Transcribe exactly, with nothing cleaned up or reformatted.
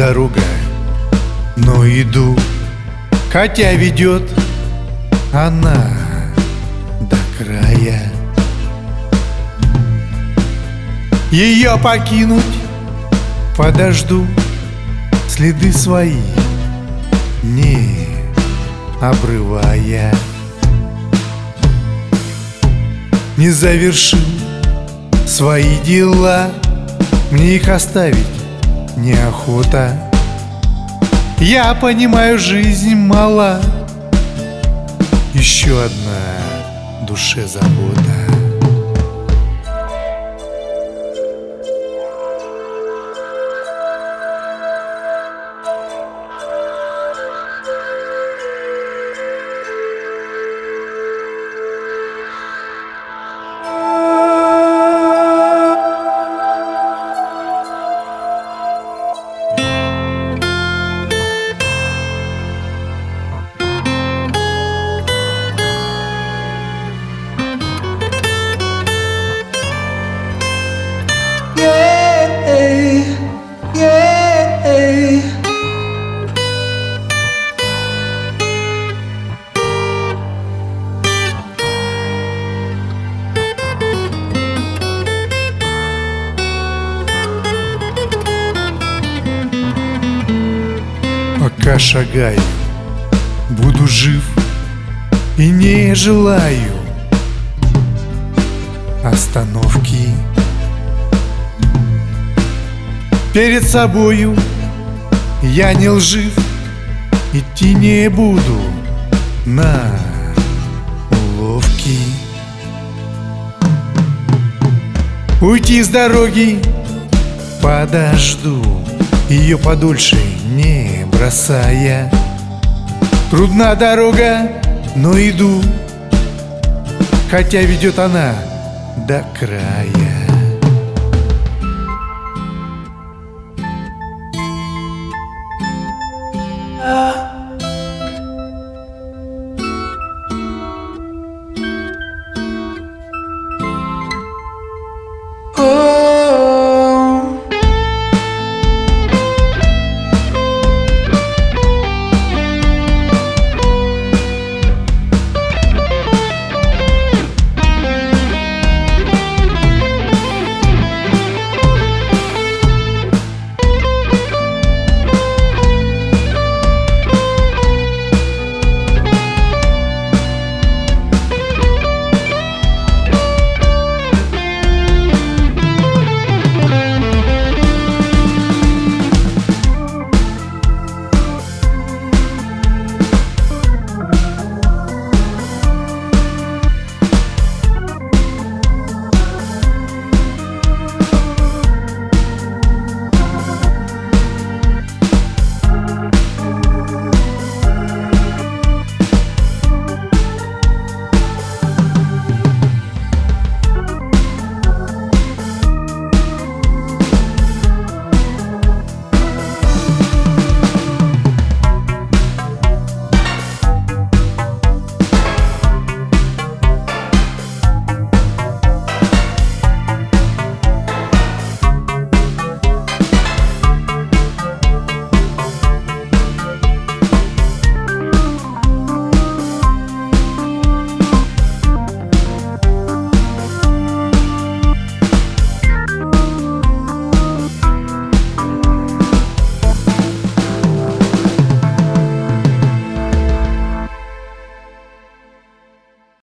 дорога, но иду, хотя ведет она до края. Ее покинуть подожду, следы свои не обрывая. Не завершил свои дела, мне их оставить неохота. Я понимаю, жизнь мала, еще одна душе забота. Пока шагаю, буду жив и не желаю остановки. Перед собою я не лжив, идти не буду на уловки. Уйти с дороги подожду, ее подольше не бросая. Трудна дорога, но иду, хотя ведет она до края.